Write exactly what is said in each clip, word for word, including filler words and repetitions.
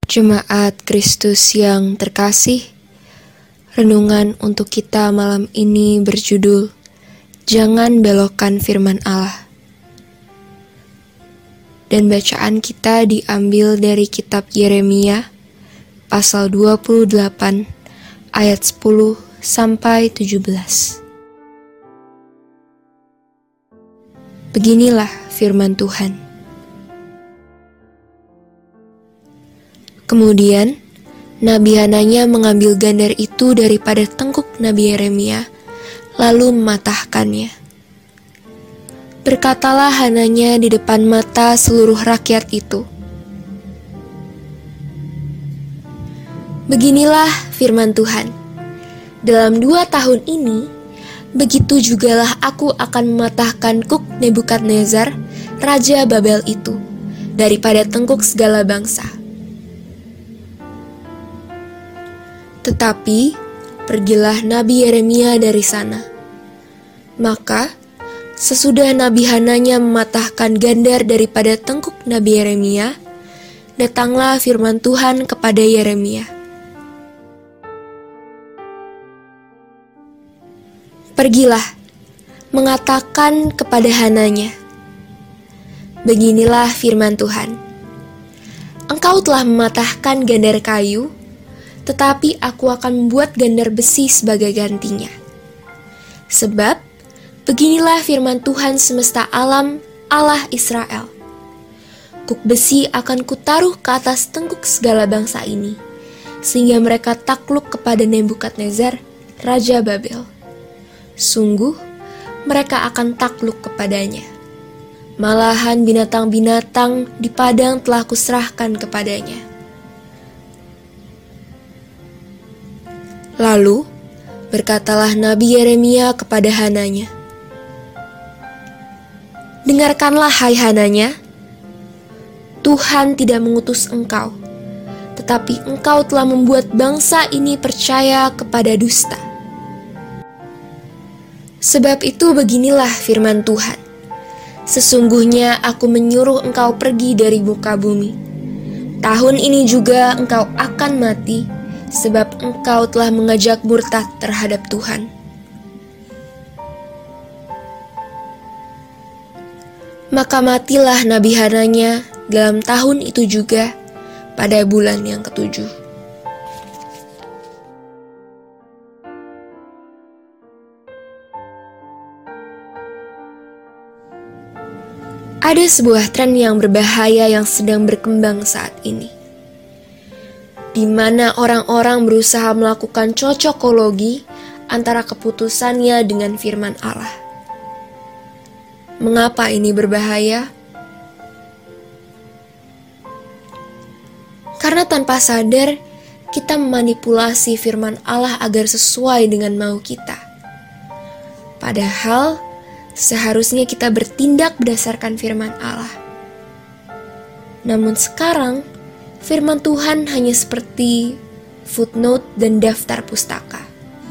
Jemaat Kristus yang terkasih, renungan untuk kita malam ini berjudul Jangan Belokkan Firman Allah. Dan bacaan kita diambil dari kitab Yeremia pasal dua puluh delapan ayat sepuluh sampai tujuh belas. Beginilah firman Tuhan. Kemudian, Nabi Hananya mengambil gandar itu daripada tengkuk Nabi Yeremia, lalu mematahkannya. Berkatalah Hananya di depan mata seluruh rakyat itu, "Beginilah firman Tuhan, dalam dua tahun ini, begitu jugalah aku akan mematahkan kuk Nebukadnezar, Raja Babel itu, daripada tengkuk segala bangsa. Tetapi, pergilah Nabi Yeremia dari sana. Maka, sesudah Nabi Hananya mematahkan gandar daripada tengkuk Nabi Yeremia, datanglah firman Tuhan kepada Yeremia. Pergilah, mengatakan kepada Hananya, beginilah firman Tuhan. Engkau telah mematahkan gandar kayu, tetapi aku akan membuat gandar besi sebagai gantinya. Sebab, beginilah firman Tuhan semesta alam, Allah Israel. Kuk besi akan kutaruh ke atas tengkuk segala bangsa ini, sehingga mereka takluk kepada Nebukadnezar, Raja Babel. Sungguh, mereka akan takluk kepadanya. Malahan binatang-binatang di padang telah kuserahkan kepadanya." Lalu, berkatalah Nabi Yeremia kepada Hananya, "Dengarkanlah hai Hananya, Tuhan tidak mengutus engkau, tetapi engkau telah membuat bangsa ini percaya kepada dusta. Sebab itu beginilah firman Tuhan, sesungguhnya aku menyuruh engkau pergi dari muka bumi. Tahun ini juga engkau akan mati, sebab engkau telah mengajak murtad terhadap Tuhan." Maka matilah Nabi Hananya dalam tahun itu juga, pada bulan yang ketujuh. Ada sebuah tren yang berbahaya yang sedang berkembang saat ini, di mana orang-orang berusaha melakukan cocokologi antara keputusannya dengan firman Allah. Mengapa ini berbahaya? Karena tanpa sadar, kita memanipulasi firman Allah agar sesuai dengan mau kita. Padahal, seharusnya kita bertindak berdasarkan firman Allah. Namun sekarang, firman Tuhan hanya seperti footnote dan daftar pustaka.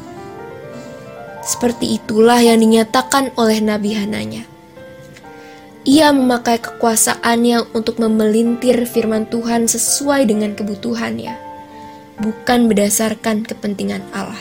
Seperti itulah yang dinyatakan oleh Nabi Hananya. Ia memakai kekuasaannya untuk memelintir firman Tuhan sesuai dengan kebutuhannya, bukan berdasarkan kepentingan Allah.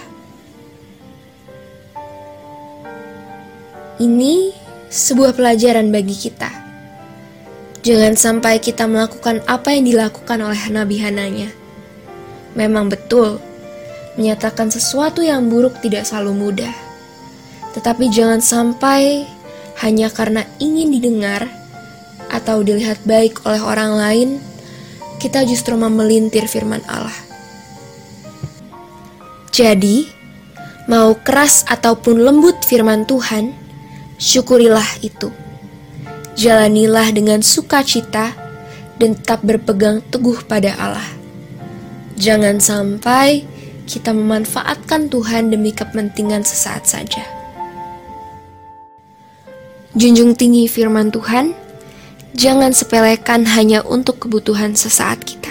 Ini sebuah pelajaran bagi kita. Jangan sampai kita melakukan apa yang dilakukan oleh Nabi Hananya. Memang betul, menyatakan sesuatu yang buruk tidak selalu mudah. Tetapi jangan sampai hanya karena ingin didengar atau dilihat baik oleh orang lain, kita justru memelintir firman Allah. Jadi, mau keras ataupun lembut firman Tuhan, syukurilah itu. Jalanilah dengan sukacita dan tetap berpegang teguh pada Allah. Jangan sampai kita memanfaatkan Tuhan demi kepentingan sesaat saja. Junjung tinggi firman Tuhan, jangan sepelekan hanya untuk kebutuhan sesaat kita.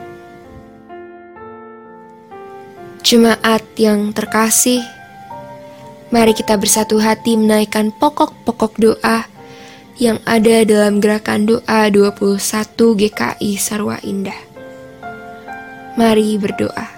Jemaat yang terkasih, mari kita bersatu hati menaikkan pokok-pokok doa yang ada dalam gerakan doa dua puluh satu G K I Sarwa Indah. Mari berdoa.